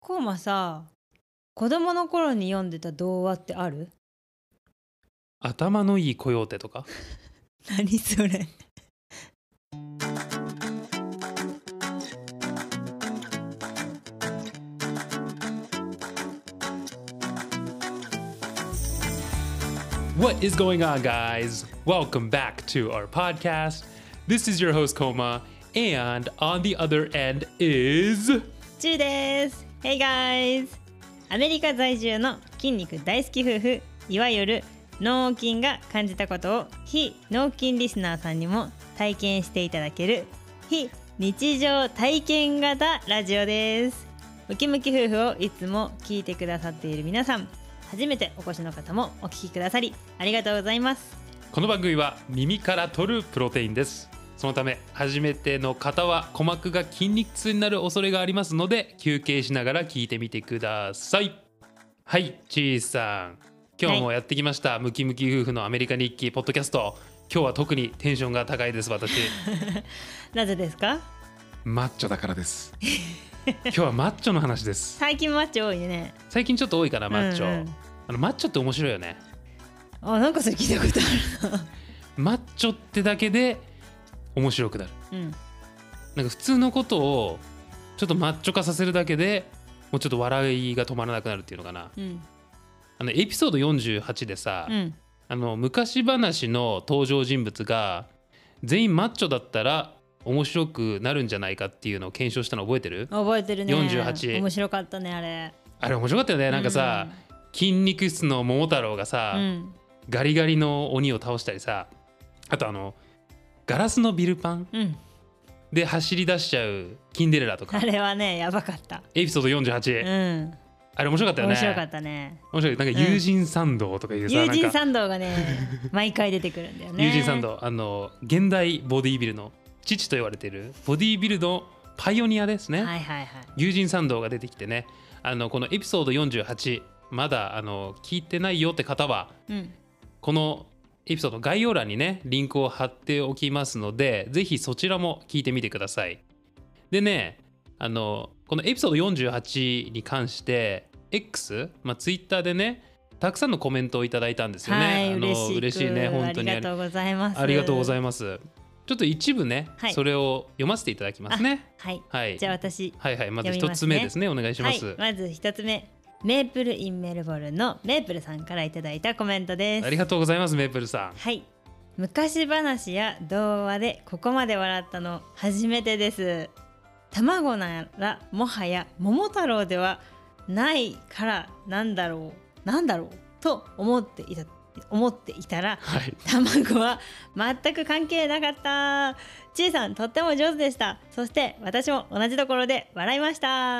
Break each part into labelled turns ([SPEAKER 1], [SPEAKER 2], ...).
[SPEAKER 1] コウマさ、子供の頃に読んでた童話ってある？
[SPEAKER 2] 頭のいいコヨーテとか。
[SPEAKER 1] 何それ。
[SPEAKER 2] What is going on, guys? Welcome back to our podcast. This is your host, Koma, and on the other end is...
[SPEAKER 1] チューです。Hey guys! アメリカ在住の筋肉大好き夫婦、いわゆる脳筋が感じたことを非脳筋リスナーさんにも体験していただける非日常体験型ラジオです。ムキムキ夫婦をいつも聞いてくださっている皆さん、初めてお越しの方もお聞きくださりありがとうございます。
[SPEAKER 2] この番組は耳から取るプロテインです。そのため初めての方は鼓膜が筋肉痛になる恐れがありますので、休憩しながら聞いてみてください。はい、チーさん、今日もやってきました、ムキムキ夫婦のアメリカ日記ポッドキャスト。今日は特にテンションが高いです。私
[SPEAKER 1] なぜですか？
[SPEAKER 3] マッチョだからです
[SPEAKER 2] 今日はマッチョの話です。
[SPEAKER 1] 最近マッチョ多いね。
[SPEAKER 2] 最近ちょっと多いかな、マッチョ、マッチョって面白いよね。
[SPEAKER 1] あ、なんかそれ聞いたことあるな
[SPEAKER 2] マッチョってだけで面白くなる、なんか普通のことをちょっとマッチョ化させるだけでもうちょっと笑いが止まらなくなるっていうのかな、エピソード48でさ、昔話の登場人物が全員マッチョだったら面白くなるんじゃないかっていうのを検証したの覚えてる？
[SPEAKER 1] 覚えてるね。
[SPEAKER 2] 48。
[SPEAKER 1] 面白かったね、あれ。
[SPEAKER 2] あれ面白かったよね。なんかさ、筋肉質の桃太郎がさ、ガリガリの鬼を倒したりさ、あとガラスのビルパン、で走り出しちゃうキンデレラとか。
[SPEAKER 1] あれはね、やばかった。
[SPEAKER 2] エピソード48、あれ面白かったよね。
[SPEAKER 1] 面白かったね。
[SPEAKER 2] 面白い。なんか友人賛同とかいうさ、
[SPEAKER 1] 友人賛同がね毎回出てくるんだよね。
[SPEAKER 2] 友人賛同、現代ボディービルの父と言われているボディービルのパイオニアですね。友人賛同が出てきてね、このエピソード48まだ聞いてないよって方は、このエピソード概要欄にねリンクを貼っておきますので、ぜひそちらも聞いてみてください。でね、このエピソード48に関して X、Twitter でねたくさんのコメントをいただいたんですよね。嬉しいね、本当に
[SPEAKER 1] ありがとうございます。
[SPEAKER 2] ありがとうございます。ちょっと一部ね、それを読ませていただきますね。
[SPEAKER 1] じゃあ私、
[SPEAKER 2] まず一つ目ですね、お願いします。
[SPEAKER 1] まず一つ目、メープルインメルボルンのメープルさんからいただいたコメントです。
[SPEAKER 2] ありがとうございます、メープルさん。
[SPEAKER 1] 昔話や童話でここまで笑ったの初めてです。卵ならもはや桃太郎ではないからなんだろうと思っていたら、卵は全く関係なかった。ちーさんとっても上手でした。そして私も同じところで笑いました。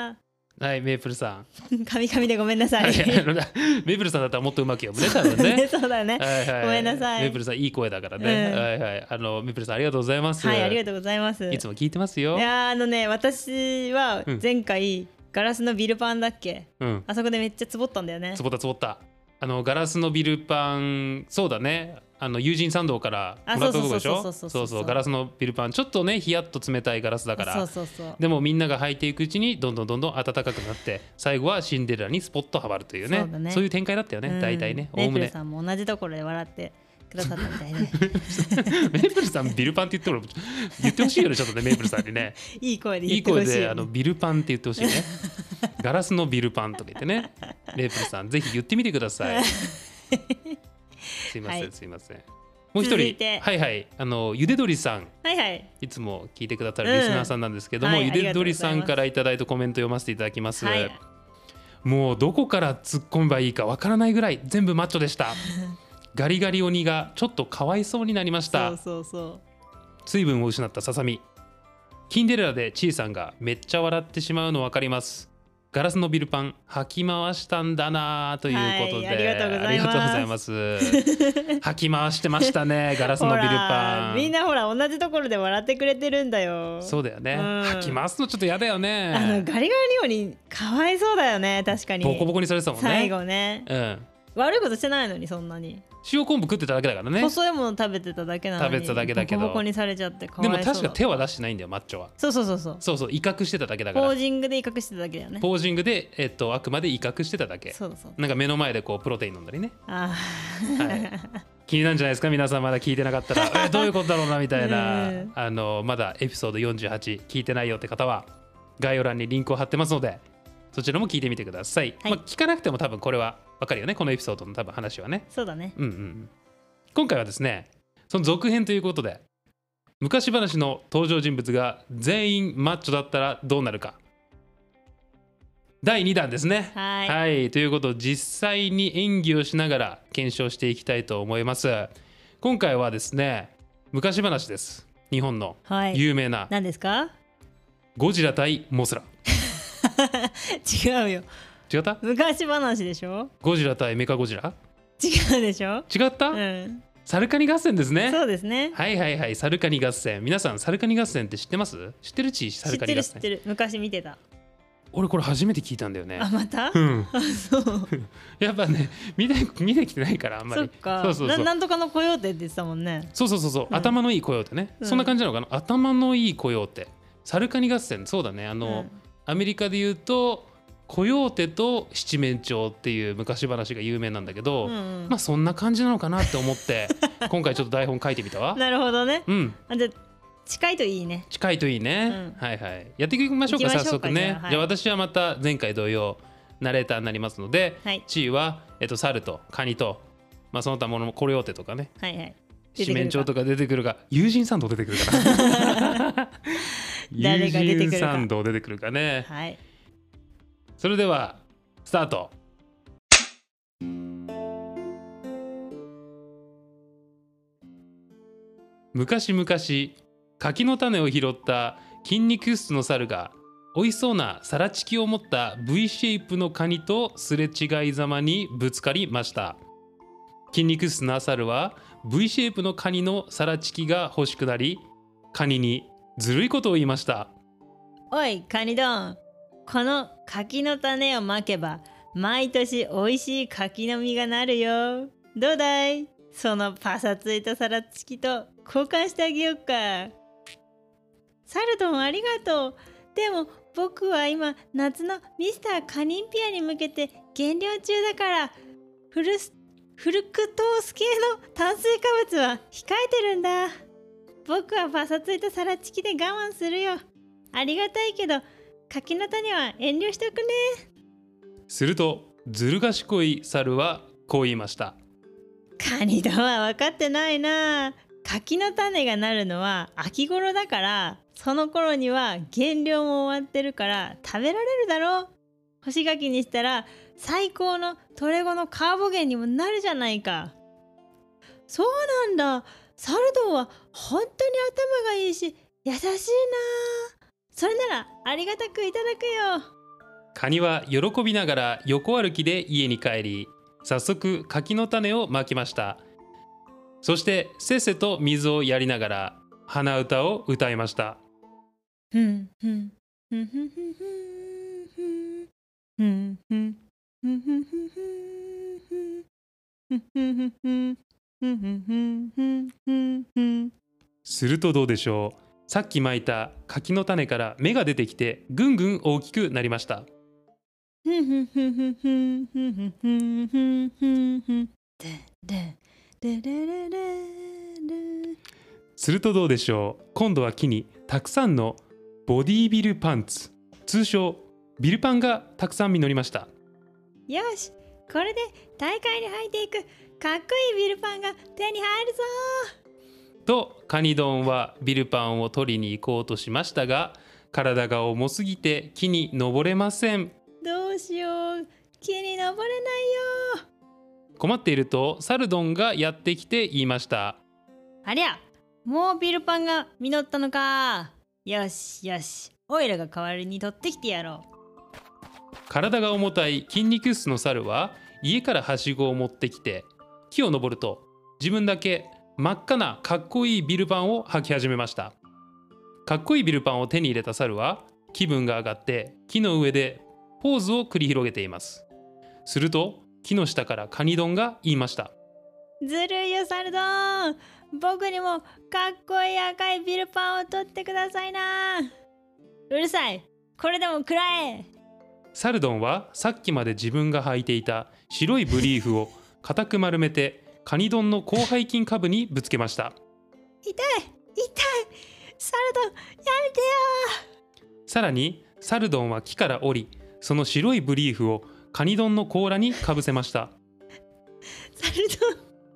[SPEAKER 2] はい、メープルさ
[SPEAKER 1] んカミカミでごめんなさい
[SPEAKER 2] メープルさんだったらもっとうまく読むね、多分ね
[SPEAKER 1] そうだね、ごめんなさい。
[SPEAKER 2] メープルさんいい声だからね、メープルさんありがとうございます。
[SPEAKER 1] ありがとうございます。
[SPEAKER 2] いつも聞いてますよ。
[SPEAKER 1] いや私は前回、ガラスのビルパンだっけ、あそこでめっちゃつぼったんだよね。
[SPEAKER 2] つぼったガラスのビルパン、そうだね、友人賛同からもらったとこでしょ。そうガラスのビルパン、ちょっとねヒヤッと冷たいガラスだから、でもみんなが履いていくうちにどんどん暖かくなって、最後はシンデレラにスポッとはまるというね、そういう展開だったよね、大体ね。
[SPEAKER 1] メープルさんも同じところで笑ってくださったみたいねメ
[SPEAKER 2] ープルさんビルパンって言ってほしいよね、ちょっとね、メープルさんにね
[SPEAKER 1] いい声で言ってほしい、
[SPEAKER 2] いい声でビルパンって言ってほしいねガラスのビルパンとか言ってね、メープルさんぜひ言ってみてくださいすいません、もう一人、ゆでどりさん、いつも聞いてくださるリスナーさんなんですけども、ゆでどりさんからいただいたコメント読ませていただきます。もうどこから突っ込めばいいかわからないぐらい全部マッチョでしたガリガリ鬼がちょっとかわいそうになりました。水分を失ったささみ、キンデレラでチーさんがめっちゃ笑ってしまうの分かります。ガラスのビルパン吐き回したんだなということで、
[SPEAKER 1] ありがとうございます
[SPEAKER 2] 吐き回してましたねガラスのビルパン。
[SPEAKER 1] みんなほら同じところで笑ってくれてるんだよ。
[SPEAKER 2] そうだよね、吐き回すのちょっとやだよね。
[SPEAKER 1] ガリガリ鬼かわいそうだよね。確かに
[SPEAKER 2] ボコボコにされてたもんね、
[SPEAKER 1] 最後ね、悪いことしてないのにそんなに。
[SPEAKER 2] 塩昆布食ってただけだからね。
[SPEAKER 1] 細いもの食べてただけなのに
[SPEAKER 2] 食べてただけだけど
[SPEAKER 1] ボコボコにされちゃってかわいそうだ。
[SPEAKER 2] でも確か手は出してないんだよマッチョは。
[SPEAKER 1] そう
[SPEAKER 2] 威嚇してただけだから。
[SPEAKER 1] ポージングで威嚇してただけだよね。
[SPEAKER 2] ポージングで、あくまで威嚇してただけ。
[SPEAKER 1] そう
[SPEAKER 2] なんか目の前でこうプロテイン飲んだりね。
[SPEAKER 1] はい、
[SPEAKER 2] 気になるんじゃないですか皆さん。まだ聞いてなかったらどういうことだろうなみたいな、まだエピソード48聞いてないよって方は概要欄にリンクを貼ってますので、そちらも聞いてみてください。
[SPEAKER 1] はい、
[SPEAKER 2] 聞かなくても多分これは分かるよね、このエピソードの多分話はね。
[SPEAKER 1] そうだね。
[SPEAKER 2] 今回はですね、その続編ということで、昔話の登場人物が全員マッチョだったらどうなるか、第2弾ですね。はい、ということで実際に演技をしながら検証していきたいと思います。今回はですね、昔話です。日本の有名な、
[SPEAKER 1] 何ですか？
[SPEAKER 2] ゴジラ対モスラ。
[SPEAKER 1] 違うよ。
[SPEAKER 2] 違った？
[SPEAKER 1] 昔話でしょ。
[SPEAKER 2] ゴジラ対メカゴジラ？
[SPEAKER 1] 違うでしょ。
[SPEAKER 2] 違った？サルカニ合戦ですね。
[SPEAKER 1] そうですね。
[SPEAKER 2] はいサルカニ合戦。皆さんサルカニ合戦って知ってます？知ってる？サルカニ合戦。
[SPEAKER 1] 知ってる。昔見てた。
[SPEAKER 2] 俺これ初めて聞いたんだよね。
[SPEAKER 1] あ、また？
[SPEAKER 2] そうやっぱね、見てきてないからあんまり。
[SPEAKER 1] そっか。なんとかのコヨーテって言ってたもんね。
[SPEAKER 2] そう、頭のいいコヨーテね。そんな感じなのかな。頭のいいコヨーテ。サルカニ合戦。そうだね。アメリカで言うとコヨーテと七面鳥っていう昔話が有名なんだけど、まあそんな感じなのかなって思って今回ちょっと台本書いてみたわ。
[SPEAKER 1] なるほどね。じゃ近いといいね。
[SPEAKER 2] 近いといいね。やっていきましょうか早速ね。じゃあ私はまた前回同様ナレーターになりますので、地位は猿とカニと、まあその他ものコヨーテとかね、七面鳥とか出てくるか、友人賛同出てくるかな。
[SPEAKER 1] 誰が出てくるか。友人
[SPEAKER 2] 賛同出てくるかね。
[SPEAKER 1] はい。
[SPEAKER 2] それではスタート。昔々柿の種を拾った筋肉質の猿が美味しそうなサラチキを持った V シェイプのカニとすれ違いざまにぶつかりました。筋肉質な猿は V シェイプのカニのサラチキが欲しくなり、カニにずるいことを言いました。
[SPEAKER 1] おいカニドン、この柿の種をまけば毎年美味しい柿の実がなるよ。どうだい？そのパサついたサラチキと交換してあげようか。サルドンありがとう。でも僕は今夏のミスターカニンピアに向けて減量中だから、フルクトース系の炭水化物は控えてるんだ。僕はパサついたサラチキで我慢するよ。ありがたいけど柿の種は遠慮しとくね。
[SPEAKER 2] するとずる賢い猿はこう言いました。
[SPEAKER 1] カニドは分かってないな。柿の種がなるのは秋頃だから、その頃には減量も終わってるから食べられるだろう。干し柿にしたら最高のトレゴのカーボ源にもなるじゃないか。そうなんだ。サルドンは本当に頭がいいし優しいな。それならありがたくいただくよ。
[SPEAKER 2] カニは喜びながら横歩きで家に帰り、早速柿の種をまきました。そしてせっせと水をやりながら鼻歌を歌いました。するとどうでしょう。さっきまいた柿の種から芽が出てきてぐんぐん大きくなりました。するとどうでしょう。今度は木にたくさんのボディービルパンツ、通称ビルパンがたくさん実りました。
[SPEAKER 1] よし、これで大会に入っていくかっこいいビルパンが手に入るぞ。
[SPEAKER 2] とカニドンはビルパンを取りに行こうとしましたが、体が重すぎて木に登れません。
[SPEAKER 1] どうしよう、木に登れないよ。
[SPEAKER 2] 困っているとサルドンがやってきて言いました。
[SPEAKER 1] ありゃ、もうビルパンが実ったのか。よしよし、オイラが代わりに取ってきてやろう。
[SPEAKER 2] 体が重たい筋肉質の猿は家からはしごを持ってきて木を登ると、自分だけ真っ赤なかっこいいビルパンを履き始めました。かっこいいビルパンを手に入れた猿は気分が上がって木の上でポーズを繰り広げています。すると木の下からカニドンが言いました。
[SPEAKER 1] ずるいよサルドン。僕にもかっこいい赤いビルパンを取ってくださいな。うるさい、これでも食らえ。
[SPEAKER 2] サルドンはさっきまで自分が履いていた白いブリーフを固く丸めてカニ丼の広背筋下部にぶつけました。
[SPEAKER 1] 痛いサルドン、やめてよ。
[SPEAKER 2] さらにサルドンは木から降り、その白いブリーフをカニ丼の甲羅にかぶせました。
[SPEAKER 1] サルドンひどい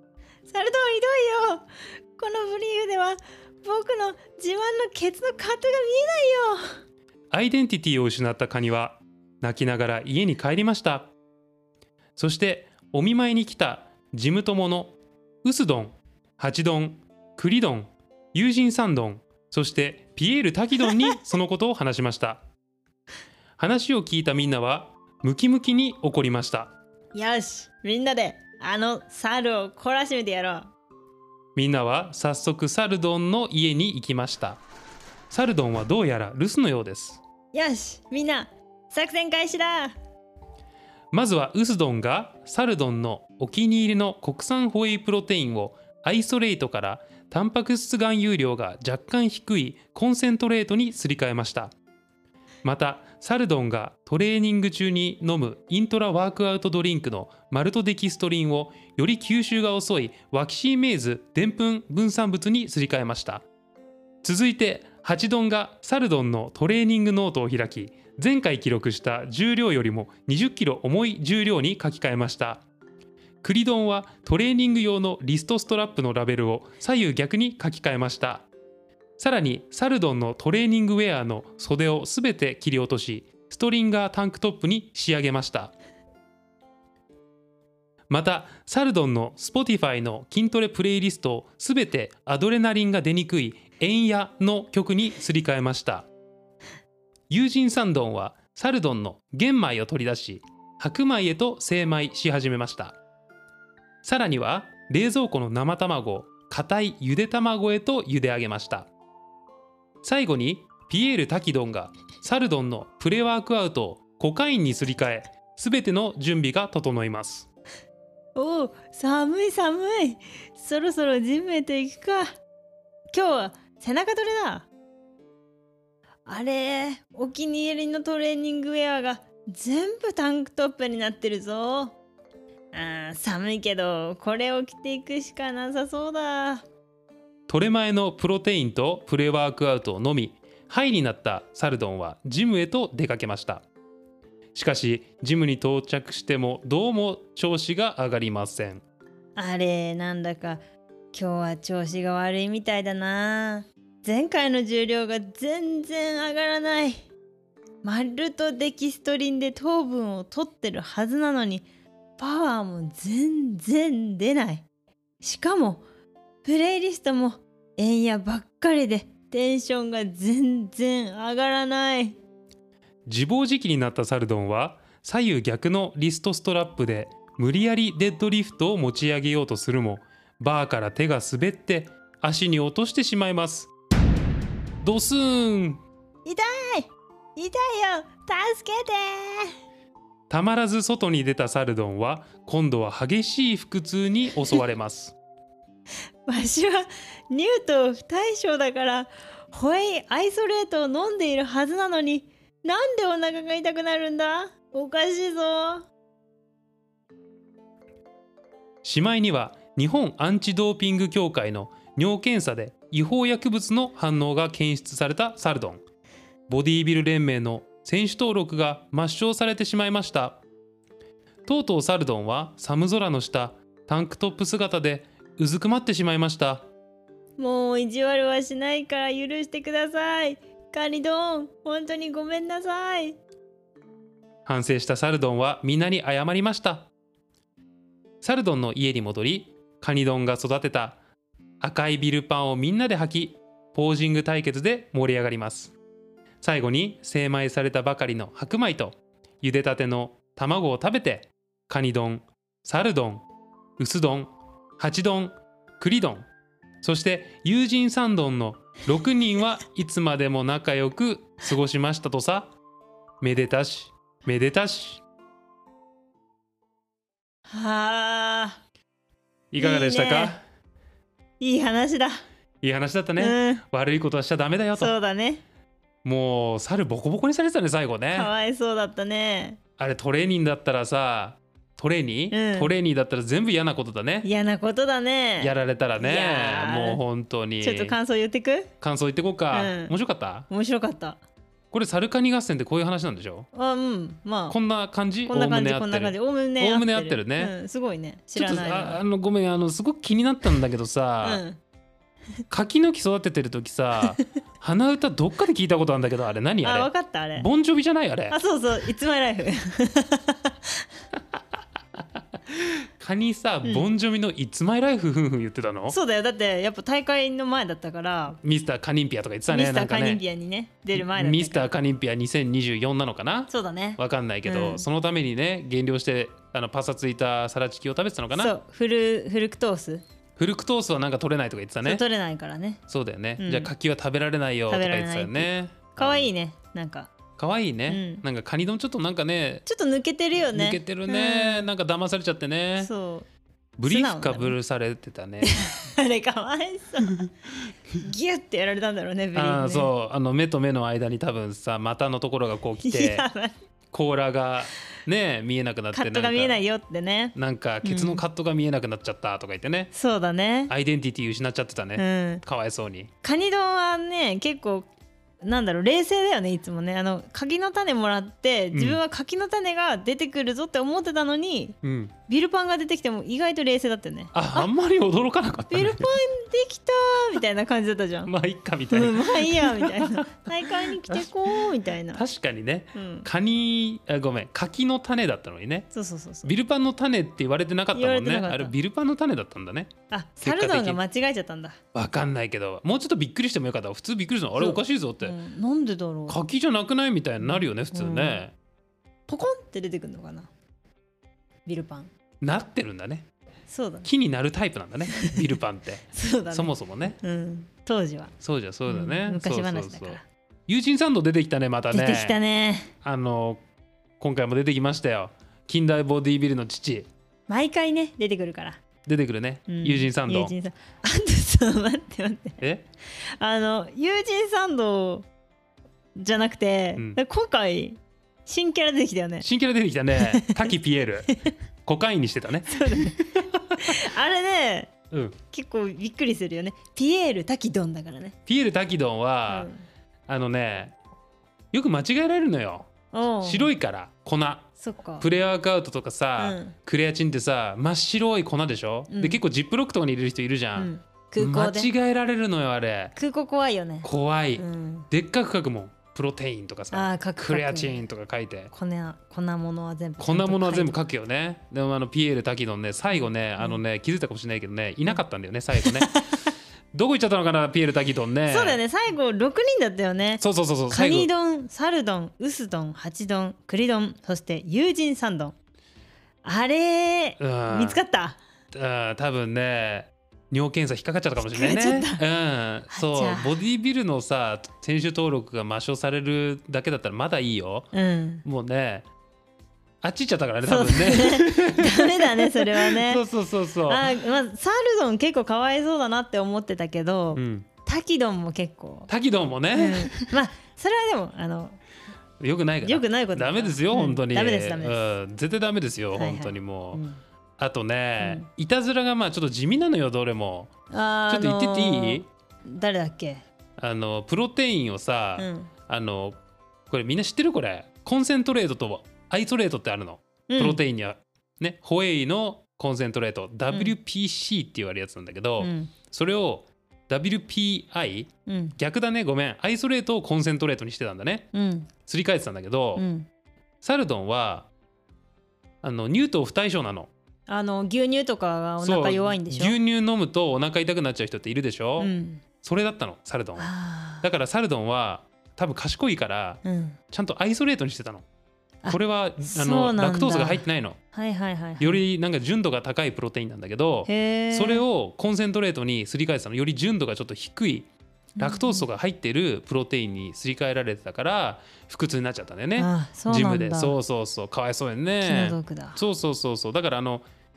[SPEAKER 1] よ。このブリーフでは僕の自慢のケツのカットが見えないよ。
[SPEAKER 2] アイデンティティを失ったカニは泣きながら家に帰りました。そしてお見舞いに来たジム友のウスドン、ハチドン、クリドン、ユージン・サンドン、そしてピエール・タキドンにそのことを話しました。話を聞いたみんなはムキムキに怒りました。
[SPEAKER 1] よし、みんなであのサルを懲らしめてやろう。
[SPEAKER 2] みんなは早速サルドンの家に行きました。サルドンはどうやら留守のようです。
[SPEAKER 1] よし、みんな作戦開始だ。
[SPEAKER 2] まずはウスドンがサルドンのお気に入りの国産ホエイプロテインをアイソレイトからタンパク質含有量が若干低いコンセントレートにすり替えました。またサルドンがトレーニング中に飲むイントラワークアウトドリンクのマルトデキストリンをより吸収が遅いワキシーメーズでんぷん分散物にすり替えました。続いてハチドンがサルドンのトレーニングノートを開き、前回記録した重量よりも20キロ重い重量に書き換えました。クリドンはトレーニング用のリストストラップのラベルを左右逆に書き換えました。さらにサルドンのトレーニングウェアの袖をすべて切り落とし、ストリンガータンクトップに仕上げました。またサルドンの Spotify の筋トレプレイリストをすべてアドレナリンが出にくいエンヤの曲にすり替えました。ユージン・サンドンはサルドンの玄米を取り出し、白米へと精米し始めました。さらには冷蔵庫の生卵を硬いゆで卵へと茹で上げました。最後にピエール・タキドンがサルドンのプレワークアウトをコカインにすり替え、すべての準備が整います。
[SPEAKER 1] おお、寒い。そろそろジムへと行くか。今日は背中トレだ。あれ、お気に入りのトレーニングウェアが全部タンクトップになってるぞ。寒いけどこれを着ていくしかなさそうだ。
[SPEAKER 2] トレ前のプロテインとプレワークアウトを飲み、ハイになったサルドンはジムへと出かけました。しかしジムに到着してもどうも調子が上がりません。
[SPEAKER 1] あれ、なんだか今日は調子が悪いみたいだな。前回の重量が全然上がらない。マルトデキストリンで糖分を取ってるはずなのにパワーも全然出ない。しかもプレイリストもエンヤばっかりでテンションが全然上がらない。
[SPEAKER 2] 自暴自棄になったサルドンは左右逆のリストストラップで無理やりデッドリフトを持ち上げようとするも、バーから手が滑って足に落としてしまいます。ドスーン。
[SPEAKER 1] 痛いよ、助けて。
[SPEAKER 2] たまらず外に出たサルドンは今度は激しい腹痛に襲われます。
[SPEAKER 1] わしはニュート不対称だからホエイアイソレートを飲んでいるはずなのに、なんでお腹が痛くなるんだ。おかしいぞ。
[SPEAKER 2] しまいには日本アンチドーピング協会の尿検査で違法薬物の反応が検出されたサルドン。ボディービル連盟の選手登録が抹消されてしまいました。とうとうサルドンは寒空の下、タンクトップ姿でうずくまってしまいました。
[SPEAKER 1] もう意地悪はしないから許してください。カニドン、本当にごめんなさい。
[SPEAKER 2] 反省したサルドンはみんなに謝りました。サルドンの家に戻り、カニドンが育てた赤いビルパンをみんなで履き、ポージング対決で盛り上がります。最後に精米されたばかりの白米と茹でたての卵を食べて、カニドン、サルドン、ウスドン、ハチドン、クリドン、そしてユージン・サンドンの6人はいつまでも仲良く過ごしましたとさ。めでたしめでたし。
[SPEAKER 1] はあ、
[SPEAKER 2] いかがでしたか？
[SPEAKER 1] いいね、いい話だ。
[SPEAKER 2] いい話だったね、
[SPEAKER 1] うん、
[SPEAKER 2] 悪いことはしちゃダメだよと。
[SPEAKER 1] そうだね。
[SPEAKER 2] もう猿ボコボコにされてたね最後ね。
[SPEAKER 1] かわいそうだったね。
[SPEAKER 2] あれトレーニングだったらさ、トレーニーだったら全部嫌なことだね。
[SPEAKER 1] 嫌なことだね。
[SPEAKER 2] やられたら
[SPEAKER 1] い
[SPEAKER 2] ね、
[SPEAKER 1] やー
[SPEAKER 2] もう本当に。
[SPEAKER 1] ちょっと感想言ってく？
[SPEAKER 2] 感想言ってこうか、
[SPEAKER 1] うん
[SPEAKER 2] 面白かった？
[SPEAKER 1] 面白かった。
[SPEAKER 2] これサルカニ合戦ってこういう話なんでしょ？
[SPEAKER 1] あ、うん、まあ
[SPEAKER 2] こんな感じ？
[SPEAKER 1] こんな感じ、
[SPEAKER 2] おおむね合ってる
[SPEAKER 1] こんな感じ、おおむね
[SPEAKER 2] おおむね合ってるね、
[SPEAKER 1] うん、すごいね。知
[SPEAKER 2] ちょっと
[SPEAKER 1] らない
[SPEAKER 2] ごめん、すごく気になったんだけどさ、
[SPEAKER 1] うん、
[SPEAKER 2] 柿の木育ててる時さ鼻歌どっかで聞いたことあるんだけど、あれ何あ
[SPEAKER 1] あ、
[SPEAKER 2] れ？
[SPEAKER 1] わかった、あれ。
[SPEAKER 2] ボンジョビじゃないあれ？
[SPEAKER 1] あ、そうそう、いつまいライフ。
[SPEAKER 2] カニさ、
[SPEAKER 1] うん
[SPEAKER 2] ボンジョビの「It's My Life」ふんふん言ってたの？
[SPEAKER 1] そうだよ、だってやっぱ大会の前だったから
[SPEAKER 2] ミスターカニンピアとか言ってたね。
[SPEAKER 1] ミスターカニン
[SPEAKER 2] なんかね
[SPEAKER 1] ピアにね出る前だったから。
[SPEAKER 2] ミスターカニンピア2024なのかな？
[SPEAKER 1] そうだね。
[SPEAKER 2] わかんないけど、
[SPEAKER 1] うん
[SPEAKER 2] そのためにね減量してパサついたサラチキを食べてたのかな？
[SPEAKER 1] そう、フルクトース、
[SPEAKER 2] フルクトースはなんか取れないとか言ってたね。
[SPEAKER 1] そう取れないからね。
[SPEAKER 2] そうだよね、
[SPEAKER 1] うん
[SPEAKER 2] じゃあ柿は食べられないよとか言ってたよ
[SPEAKER 1] 食べられ
[SPEAKER 2] ね。
[SPEAKER 1] かわいい
[SPEAKER 2] い。
[SPEAKER 1] ね、なんか
[SPEAKER 2] かわいいね、
[SPEAKER 1] うん
[SPEAKER 2] なんかカニ丼ちょっとなんかね
[SPEAKER 1] ちょっと抜けてるよね。
[SPEAKER 2] 抜けてるね、
[SPEAKER 1] うん
[SPEAKER 2] なんか騙されちゃってね。
[SPEAKER 1] そう
[SPEAKER 2] ブリーフかぶるされてたね。
[SPEAKER 1] あれかわいそう。ギュッてやられたんだろうね、ブリーフね。
[SPEAKER 2] あーそう目と目の間に多分さ股のところがこう来て
[SPEAKER 1] やばい、
[SPEAKER 2] 甲羅がね見えなくなって、
[SPEAKER 1] カットが見えないよってね。
[SPEAKER 2] なんかケツのカットが見えなくなっちゃったとか言ってね、
[SPEAKER 1] そうだね。
[SPEAKER 2] アイデンティティ失っちゃってた
[SPEAKER 1] う
[SPEAKER 2] ね、
[SPEAKER 1] ん。
[SPEAKER 2] かわいそうに。
[SPEAKER 1] カニ丼はね、結構なんだろう、冷静だよね、いつもね。柿の種もらって自分は柿の種が出てくるぞって思ってたのに、
[SPEAKER 2] うん、
[SPEAKER 1] ビルパンが出てきても意外と冷静だったよね。
[SPEAKER 2] あんまり驚かなかったね。
[SPEAKER 1] ビルパンできたーみたいな感じだったじゃん。
[SPEAKER 2] まあいっかみたいな、
[SPEAKER 1] うん、まあいいやみたいな。大会に来てこうみたいな。
[SPEAKER 2] 確かにね、
[SPEAKER 1] うん、
[SPEAKER 2] ごめん柿の種だったのにね。
[SPEAKER 1] そうそうそうそう。
[SPEAKER 2] ビルパンの種って言われてなかったもんね。
[SPEAKER 1] 言われてなかった
[SPEAKER 2] あれビルパンの種だったんだね。
[SPEAKER 1] あ、サルドンが間違えちゃったんだ。
[SPEAKER 2] わかんないけどもうちょっとびっくりしてもよかった。普通びっくりするのあれ
[SPEAKER 1] そう
[SPEAKER 2] おかしいぞって、
[SPEAKER 1] うん、なんでだろう。
[SPEAKER 2] 柿じゃなくないみたいになるよね普通ね、
[SPEAKER 1] ポコンって出てくるのかな、ビルパン。
[SPEAKER 2] なってるんだね。
[SPEAKER 1] そうだね。
[SPEAKER 2] 木になるタイプなんだねビルパンって
[SPEAKER 1] そうだね。
[SPEAKER 2] そもそもね。
[SPEAKER 1] うん、当時は。
[SPEAKER 2] そうだね、
[SPEAKER 1] うん昔話だから。
[SPEAKER 2] そうユージンサンド出てきたねまたね。
[SPEAKER 1] 出てきたね。
[SPEAKER 2] 今回も出てきましたよ。近代ボディビルの父
[SPEAKER 1] 毎回ね出てくるから。
[SPEAKER 2] 出てくるね、
[SPEAKER 1] うん
[SPEAKER 2] ユージンサンド。
[SPEAKER 1] ユージンさん。あとさ、待って待って。
[SPEAKER 2] え
[SPEAKER 1] ユージンサンドじゃなくて、
[SPEAKER 2] うん
[SPEAKER 1] 今回新キャラ出てきたよね。
[SPEAKER 2] 新キャラ出てきたね滝ピエールコカインにしてたね。
[SPEAKER 1] あれね、
[SPEAKER 2] うん、
[SPEAKER 1] 結構びっくりするよね。ピエール滝ドンだからね。
[SPEAKER 2] ピエール滝ドンは、よく間違えられるのよ。白
[SPEAKER 1] い。
[SPEAKER 2] いから粉
[SPEAKER 1] そっか。
[SPEAKER 2] プレワークアウトとかさ、
[SPEAKER 1] うん
[SPEAKER 2] クレアチンってさ真っ白い粉でしょ、
[SPEAKER 1] うん
[SPEAKER 2] で結構ジップロックとかに入れる人いるじゃ、
[SPEAKER 1] うんん、空港で。
[SPEAKER 2] 間違えられるのよあれ。
[SPEAKER 1] 空港怖いよね。
[SPEAKER 2] 怖い、
[SPEAKER 1] うん、
[SPEAKER 2] でっかく書くもん。プロテインとかさ
[SPEAKER 1] あー書く
[SPEAKER 2] クレアチンとか書いて
[SPEAKER 1] 粉物は全部。
[SPEAKER 2] 粉物は全部
[SPEAKER 1] 書
[SPEAKER 2] 書くよね。でもピエール滝ドンね最後ね、気づいたかもしれないけどねいなかったんだよね最後ねどこ行っちゃったのかなピエール滝ドンね。
[SPEAKER 1] そうだよね、最後6人だったよね。
[SPEAKER 2] そう
[SPEAKER 1] カ
[SPEAKER 2] 最後
[SPEAKER 1] ニ丼、サル丼、ウス丼、ハチ丼、クリ丼、そしてユージンサンド。あれ
[SPEAKER 2] うん
[SPEAKER 1] 見つかった？
[SPEAKER 2] 多分ね尿検査引っかかっちゃったかもしれない
[SPEAKER 1] 引っ
[SPEAKER 2] ね。そう
[SPEAKER 1] じゃあ
[SPEAKER 2] ボディビルのさ選手登録が抹消されるだけだったらまだいいよ。
[SPEAKER 1] うん。
[SPEAKER 2] もうねあっち行っちゃったからね
[SPEAKER 1] そう
[SPEAKER 2] 多分ね。
[SPEAKER 1] ダメだねそれはね。
[SPEAKER 2] そう。
[SPEAKER 1] サルドン結構かわいそうだなって思ってたけど、
[SPEAKER 2] うん、
[SPEAKER 1] タキドンも結構。
[SPEAKER 2] 滝ドンも
[SPEAKER 1] うん
[SPEAKER 2] ね、
[SPEAKER 1] まあそれはでも
[SPEAKER 2] よくないから。
[SPEAKER 1] よくないことだから
[SPEAKER 2] ダメですよ、
[SPEAKER 1] うん
[SPEAKER 2] 本当に。
[SPEAKER 1] ダメですダメです
[SPEAKER 2] うん、絶対ダメですよ、
[SPEAKER 1] はいはい
[SPEAKER 2] 本当にもう。
[SPEAKER 1] うん
[SPEAKER 2] あとね、いたずらがまあちょっと地味なのよどれも。ちょっと言ってっていい？
[SPEAKER 1] 誰だっけ？
[SPEAKER 2] プロテインをさ、
[SPEAKER 1] うん
[SPEAKER 2] これみんな知ってる？これコンセントレートとアイソレートってあるの。プロテインにはね、ホエイのコンセントレート WPC って言われるやつなんだけど、
[SPEAKER 1] うん
[SPEAKER 2] それを WPI
[SPEAKER 1] うん
[SPEAKER 2] 逆だねごめんアイソレートをコンセントレートにしてたんだね。
[SPEAKER 1] うん
[SPEAKER 2] すり替えてたんだけど、
[SPEAKER 1] うん
[SPEAKER 2] サルドンは乳糖不対症なの。
[SPEAKER 1] 牛乳とかがお腹弱いんでしょ？
[SPEAKER 2] そう牛乳飲むとお腹痛くなっちゃう人っているでしょ、
[SPEAKER 1] うん
[SPEAKER 2] それだったのサルドンは。
[SPEAKER 1] あー
[SPEAKER 2] だからサルドンは多分賢いから
[SPEAKER 1] うん
[SPEAKER 2] ちゃんとアイソレートにしてたの。
[SPEAKER 1] あ
[SPEAKER 2] これは
[SPEAKER 1] そうなんだ
[SPEAKER 2] ラクトースが入ってないの。
[SPEAKER 1] はいはいはいはい。
[SPEAKER 2] よりなんか純度が高いプロテインなんだけど、
[SPEAKER 1] へー
[SPEAKER 2] それをコンセントレートにすり替えてたの。より純度がちょっと低いラクトースが入ってるプロテインにすり替えられてたから腹痛になっちゃったんだよね。
[SPEAKER 1] あそうなんだ。
[SPEAKER 2] ジムでそうかわいそうや
[SPEAKER 1] 気の
[SPEAKER 2] ね。
[SPEAKER 1] 毒だ。
[SPEAKER 2] そうだから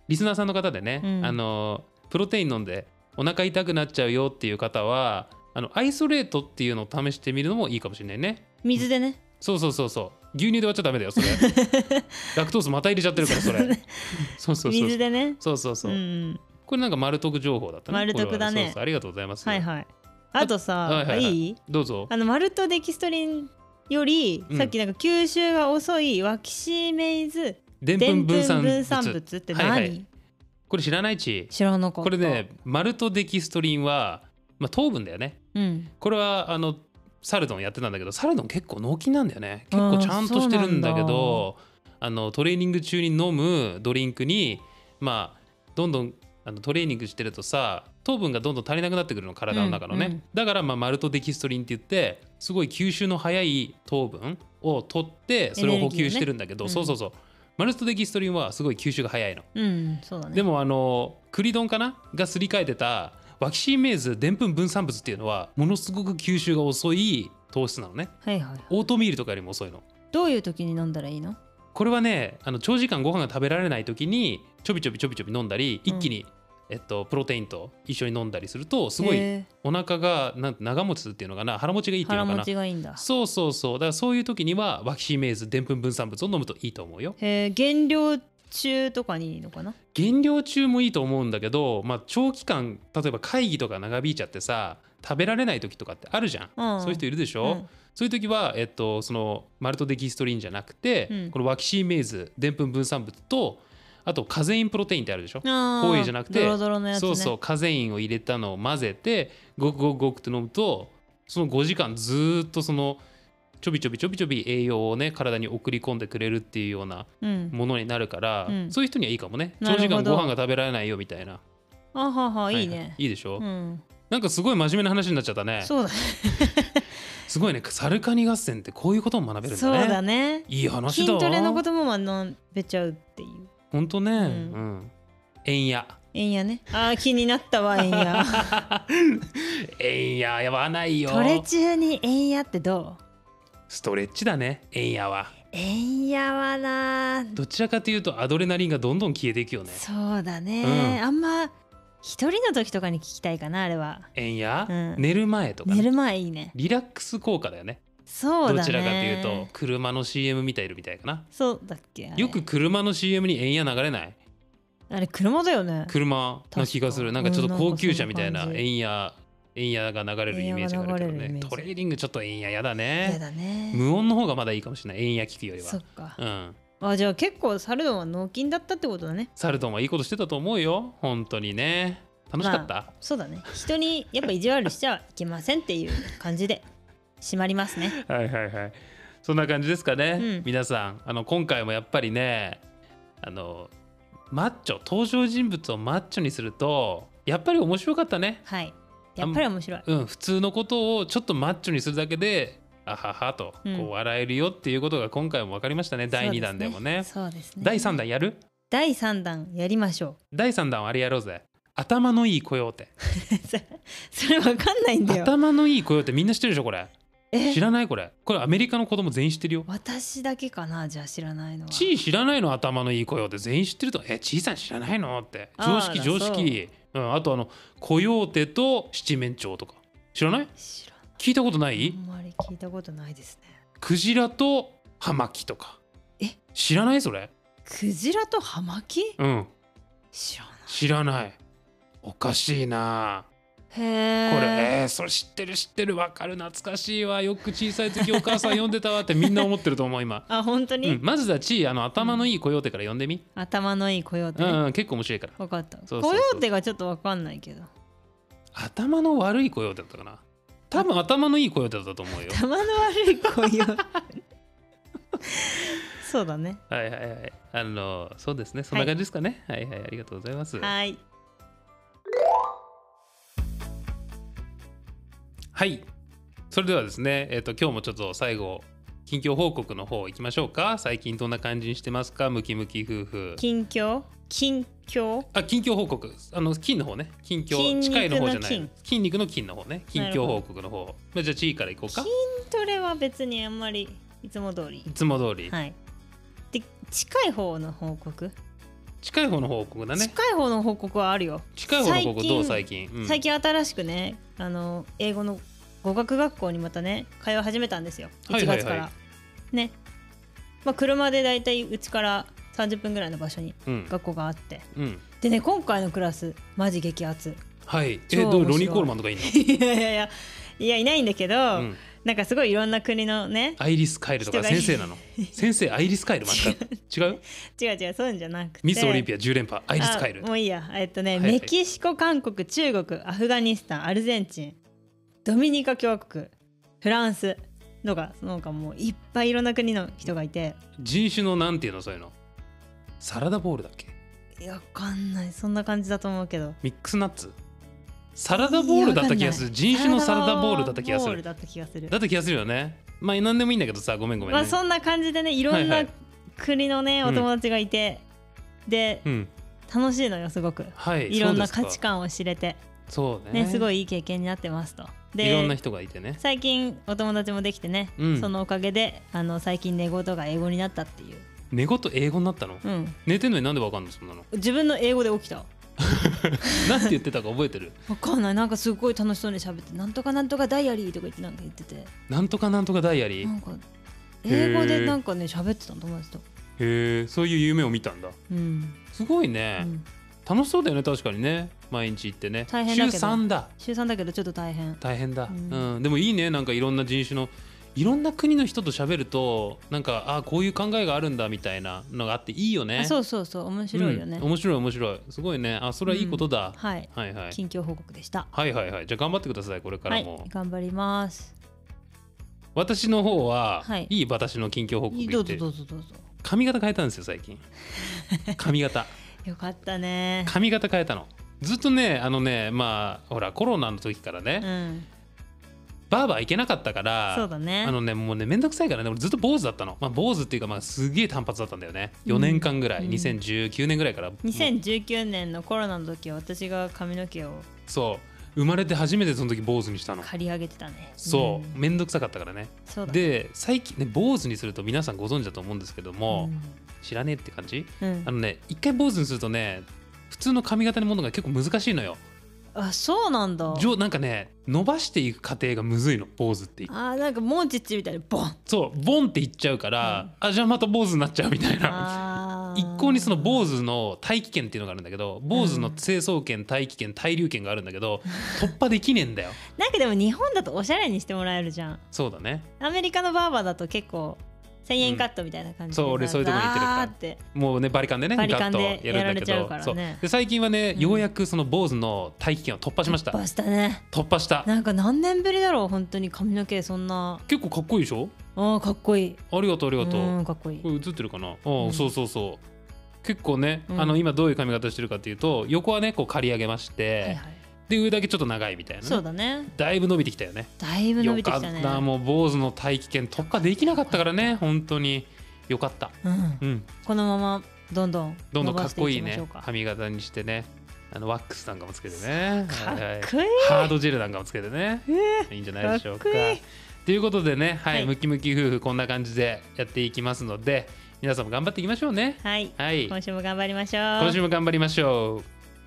[SPEAKER 2] リスナーさんの方でね、プロテイン飲んでお腹痛くなっちゃうよっていう方はアイソレートっていうのを試してみるのもいいかもしれないね。
[SPEAKER 1] 水でね。
[SPEAKER 2] そう牛乳で割っちゃダメだよそれラクトースまた入れちゃってるからそれそう
[SPEAKER 1] 水でね。
[SPEAKER 2] そう、これなんか丸得情報だったね。
[SPEAKER 1] 丸得だね。
[SPEAKER 2] そうありがとうございます。
[SPEAKER 1] はいはい。あとさ、いい？
[SPEAKER 2] どうぞ。
[SPEAKER 1] マルトデキストリンより、さっきなんか吸収が遅いワキシメイズ
[SPEAKER 2] でんぷん分散
[SPEAKER 1] 物って何？
[SPEAKER 2] これ知らないち？
[SPEAKER 1] 知らなかった。
[SPEAKER 2] これね、マルトデキストリンは、糖分だよね。これはサルドンやってたんだけど、サルドン結構脳筋なんだよね。結構ちゃんとしてるんだけど、トレーニング中に飲むドリンクにどんどんトレーニングしてるとさ、糖分がどんどん足りなくなってくるの、体の中のね。だからマルトデキストリンって言って、すごい吸収の早い糖分を取ってそれを補給してるんだけど、そうマルトデキストリンはすごい吸収が早いの。
[SPEAKER 1] そうだね。
[SPEAKER 2] でもクリドンかながすり替えてたワキシメーズでんぷん分散物っていうのはものすごく吸収が遅い糖質なのね。オートミールとかよりも遅いの。
[SPEAKER 1] どういう時に飲んだらいいの？
[SPEAKER 2] これはね、長時間ご飯が食べられない時にちょびちょび飲んだり、一気に、プロテインと一緒に飲んだりするとすごいお腹が長持ちするっていうのかな、腹持ちがいいっていうのかな。
[SPEAKER 1] 腹持ちがいいんだ。
[SPEAKER 2] そうだからそういう時にはワキシメーズでんぷん分散物を飲むといいと思うよ。
[SPEAKER 1] 減量中とかにいいのかな？
[SPEAKER 2] 減量中もいいと思うんだけど、長期間例えば会議とか長引いちゃってさ、食べられない時とかってあるじゃん、そういう人いるでしょ、そういう時は、そのマルトデキストリンじゃなくて、このワキシメーズでんぷん分散物と、あとカゼインプロテインってあるでしょ。ホエイじゃなくて
[SPEAKER 1] ドロドロのやつね。
[SPEAKER 2] そうカゼインを入れたのを混ぜてごくごくって飲むと、その5時間ずっとそのちょびちょび栄養をね体に送り込んでくれるっていうようなものになるから、そういう人にはいいかもね。長時間ご飯が食べられないよみたいな。
[SPEAKER 1] いいね。
[SPEAKER 2] いいでしょ、なんかすごい真面目な話になっちゃったね。
[SPEAKER 1] そうだね
[SPEAKER 2] すごいね。サルカニ合戦ってこういうことも学べるんだね。
[SPEAKER 1] そうだね。
[SPEAKER 2] いい話だわ。
[SPEAKER 1] 筋トレのことも学べちゃうっていう。
[SPEAKER 2] ほんとね。円や
[SPEAKER 1] ね。気になったわ円や
[SPEAKER 2] 円やわないよ。
[SPEAKER 1] トレ中に円やってどう？
[SPEAKER 2] ストレッチだね。円やは
[SPEAKER 1] な、
[SPEAKER 2] どちらかというとアドレナリンがどんどん消えていくよね。
[SPEAKER 1] そうだね、あんま一人の時とかに聞きたいかな、あれは。
[SPEAKER 2] 円や、寝る前とか、
[SPEAKER 1] 寝る前いいね。
[SPEAKER 2] リラックス効果だよね。
[SPEAKER 1] そうだね。
[SPEAKER 2] どちらかというと車の CM 見ているみたいかな。
[SPEAKER 1] そうだっけ。
[SPEAKER 2] よく車の CM に円や流れない？
[SPEAKER 1] あれ車だよね。
[SPEAKER 2] 車な気がする。なんかちょっと高級車みたいな円やが流れるイメージがあるけどね。トレーニングちょっと円やだね。
[SPEAKER 1] やだね。
[SPEAKER 2] 無音の方がまだいいかもしれない。円や聞くよりは。
[SPEAKER 1] そっか。じゃあ結構サルドンは脳筋だったってことだね。
[SPEAKER 2] サルドンはいいことしてたと思うよ。本当にね。楽しかった。
[SPEAKER 1] そうだね。人にやっぱ意地悪しちゃいけませんっていう感じで締まりますね。
[SPEAKER 2] はい。そんな感じですかね。皆さん今回もやっぱりね、マッチョ、登場人物をマッチョにするとやっぱり面白かったね。
[SPEAKER 1] はい。やっぱり面白い。
[SPEAKER 2] 普通のことをちょっとマッチョにするだけであははとこう笑えるよっていうことが今回も分かりましたね。第2弾でもね。
[SPEAKER 1] そうですね。
[SPEAKER 2] 第3弾やる？
[SPEAKER 1] 第3弾やりましょう。
[SPEAKER 2] 第3弾はあれやろうぜ。頭のいいコヨーテ
[SPEAKER 1] それ分かんないんだよ。
[SPEAKER 2] 頭のいいコヨーテみんな知ってるでしょこれ。知らない？これアメリカの子供全員知ってるよ。
[SPEAKER 1] 私だけかな、じゃあ知らないのは。
[SPEAKER 2] チー知らないの？頭のいいコヨーテ全員知ってると。チーさん知らないのって。常識。あとコヨーテと七面鳥とか知らない？聞いたことない？
[SPEAKER 1] あんまり聞いたことないですね。
[SPEAKER 2] クジラとハマキとか知らない？それ
[SPEAKER 1] クジラとハマキ？
[SPEAKER 2] 知らない。おかしいな。
[SPEAKER 1] へえ。
[SPEAKER 2] これそれ知ってるわかる。懐かしいわ。よく小さい時お母さん読んでたわってみんな思ってると思う今。
[SPEAKER 1] 本当に？
[SPEAKER 2] まずはチー頭のいいコヨーテから読んでみ。
[SPEAKER 1] 頭のいいコヨーテ。
[SPEAKER 2] 結構面白いから。
[SPEAKER 1] 分かった。コヨーテがちょっと分かんないけど。頭
[SPEAKER 2] の悪いコヨーテだったかな。多分頭のいいコヨーテだったと思うよ。
[SPEAKER 1] 頭の悪いコヨーテそうだね。
[SPEAKER 2] はい。そうですね。そんな感じですかね。はい。ありがとうございます。はい。それではですね、今日もちょっと最後近況報告の方行きましょうか。最近どんな感じにしてますか、ムキムキ夫婦。
[SPEAKER 1] 近況
[SPEAKER 2] 報告。筋の方ね。近況近いの方じゃない。筋肉の筋の方ね。近況報告の方。じゃあチーから行こうか。
[SPEAKER 1] 筋トレは別にあんまりいつも通り。
[SPEAKER 2] いつも通り。
[SPEAKER 1] はい。で近い方の報告。
[SPEAKER 2] 近い方の報告だね。
[SPEAKER 1] 近い方の報告はあるよ。
[SPEAKER 2] 近い方の報告どう最近、
[SPEAKER 1] 最近新しくね英語の語学学校にまたね通い始めたんですよ、1月から、ね、まあ、車でだいたいうちから30分ぐらいの場所に学校があって、でね今回のクラスマジ激アツ。
[SPEAKER 2] はい。ロニー・コールマンとかいいの？
[SPEAKER 1] いやいないんだけど、なんかすごいいろんな国のね、
[SPEAKER 2] アイリス・カイルとか先生なの？先生アイリス・カイル違う
[SPEAKER 1] 違うそういうんじゃなくて、
[SPEAKER 2] ミス・オリンピア10連覇アイリス・カイル。
[SPEAKER 1] もういいや。メキシコ、韓国、中国、アフガニスタン、アルゼンチン、ドミニカ共和国、フランスのがなんかもういっぱいいろんな国の人がいて、
[SPEAKER 2] 人種のなんていうのそういうの？サラダボールだっけ？
[SPEAKER 1] いやわかんない、そんな感じだと思うけど。
[SPEAKER 2] ミックスナッツ？サラダボールだった気がする。人種のサラダボールだった気がする。だった気がするよね。まあ何でもいいんだけどさ、ごめんね。
[SPEAKER 1] まあそんな感じでね、いろんな国のね、お友達がいて、で、楽しいのよすごく。いろんな価値観を知れて、
[SPEAKER 2] そう
[SPEAKER 1] ね、すごいいい経験になってますと。
[SPEAKER 2] で、いろんな人がいてね。
[SPEAKER 1] 最近お友達もできてね、そのおかげで最近寝言が英語になったっていう。
[SPEAKER 2] 寝言英語になったの？寝てんのになんでわかんのそんなの？
[SPEAKER 1] 自分の英語で起きた。
[SPEAKER 2] なんて言ってたか覚えてる？
[SPEAKER 1] わかんない。なんかすごい楽しそうに喋って、なんとかなんとかダイアリーとか言ってなんか言ってて、
[SPEAKER 2] なんとかなんとかダイアリー、
[SPEAKER 1] なんか英語でなんかね喋ってたの、友達と。
[SPEAKER 2] へえ、そういう夢を見たんだ。すごいね、楽しそうだよね。確かにね、毎日行ってね。
[SPEAKER 1] 大変だけど、
[SPEAKER 2] 週3だ
[SPEAKER 1] けどちょっと大変
[SPEAKER 2] だ。でもいいね。なんかいろんな人種のいろんな国の人と喋ると、なんかこういう考えがあるんだみたいなのがあっていいよね。
[SPEAKER 1] そう面白いよね。
[SPEAKER 2] 面白いすごいね。それはいいことだ。
[SPEAKER 1] はい近況報告でした。
[SPEAKER 2] はい。じゃあ頑張ってください、これからも。
[SPEAKER 1] 頑張ります。
[SPEAKER 2] 私の方は、いい私の近況報告言って。
[SPEAKER 1] どうぞ。
[SPEAKER 2] 髪型変えたんですよ最近。髪型
[SPEAKER 1] よかったね。
[SPEAKER 2] 髪型変えたの。ずっとねまあほらコロナの時からね、バーバー行けなかったから、
[SPEAKER 1] そうだね。
[SPEAKER 2] もうねめんどくさいからね、俺ずっと坊主だったの。まあ坊主っていうか、まあすげえ単発だったんだよね。4年間ぐらい、2019年ぐらいから。
[SPEAKER 1] 2019年のコロナの時は私が髪の毛を、
[SPEAKER 2] そう生まれて初めてその時坊主にしたの。
[SPEAKER 1] 刈り上げてたね。
[SPEAKER 2] そうめんどくさかったからね。で最近ね、坊主にすると皆さんご存知だと思うんですけども、知らねえって感じ。一回坊主にするとね、普通の髪型に戻るのが結構難しいのよ。
[SPEAKER 1] あ、そうなんだ。
[SPEAKER 2] なんかね、伸ばしていく過程がむずいの、坊主って。
[SPEAKER 1] なんかモンチッチみたいにボン、
[SPEAKER 2] そうボンっていっちゃうから、じゃあまた坊主になっちゃうみたいな。一向にその坊主の大気圏っていうのがあるんだけど、坊主の成層圏、大気圏、対流圏があるんだけど、突破できねえんだよ。
[SPEAKER 1] なんかでも日本だとおしゃれにしてもらえるじゃん。
[SPEAKER 2] そうだね。
[SPEAKER 1] アメリカのバーバーだと結構1000円カットみたいな感じで、
[SPEAKER 2] そう俺そういうとこに行ってるから、もうねバリカンでねガッとやるんだけど、そうで最近はね、ようやくその坊主の大気圏を突破しました。突破した。
[SPEAKER 1] なんか何年ぶりだろう、本当に髪の毛そんな。
[SPEAKER 2] 結構かっこいいでしょ。
[SPEAKER 1] かっこいい。
[SPEAKER 2] ありがとう。
[SPEAKER 1] かっこいい。
[SPEAKER 2] これ映ってるかな。そう結構ね、今どういう髪型してるかっていうと、横はねこう刈り上げまして、で上だけちょっと長いみたいな、ね、
[SPEAKER 1] そうだね。
[SPEAKER 2] だいぶ伸びてきたよね。
[SPEAKER 1] だいぶ伸びてきたね。
[SPEAKER 2] よかった。もう坊主の大気圏突破できなかったからね、本当によかった。
[SPEAKER 1] このままどんどん
[SPEAKER 2] かっこいいね髪型にしてね、ワックスなんかもつけてね、
[SPEAKER 1] かっこいい。
[SPEAKER 2] ハードジェルなんかもつけてね、いいんじゃないでしょうか。ということでね、ムキムキ夫婦こんな感じでやっていきますので、皆さんも頑張っていきましょうね。
[SPEAKER 1] 今週も頑張りましょう。
[SPEAKER 2] 今週も頑張りましょう。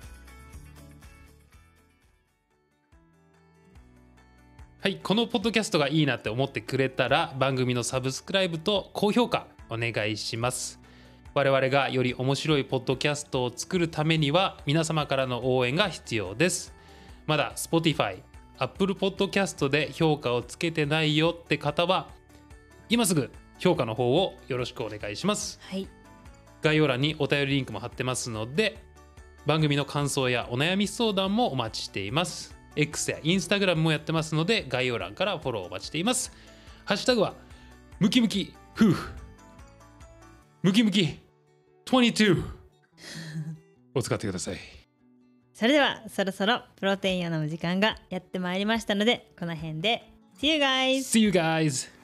[SPEAKER 2] このポッドキャストがいいなって思ってくれたら、番組のサブスクライブと高評価お願いします。我々がより面白いポッドキャストを作るためには、皆様からの応援が必要です。まだ Spotify、Apple Podcast で評価をつけてないよって方は、今すぐ評価の方をよろしくお願いします。概要欄にお便りリンクも貼ってますので、番組の感想やお悩み相談もお待ちしています。X や Instagram もやってますので、概要欄からフォローお待ちしています。ハッシュタグはムキムキ夫婦、ムキムキ22を使ってください。
[SPEAKER 1] それではそろそろプロテインを飲む時間がやってまいりましたので、この辺で See you guys!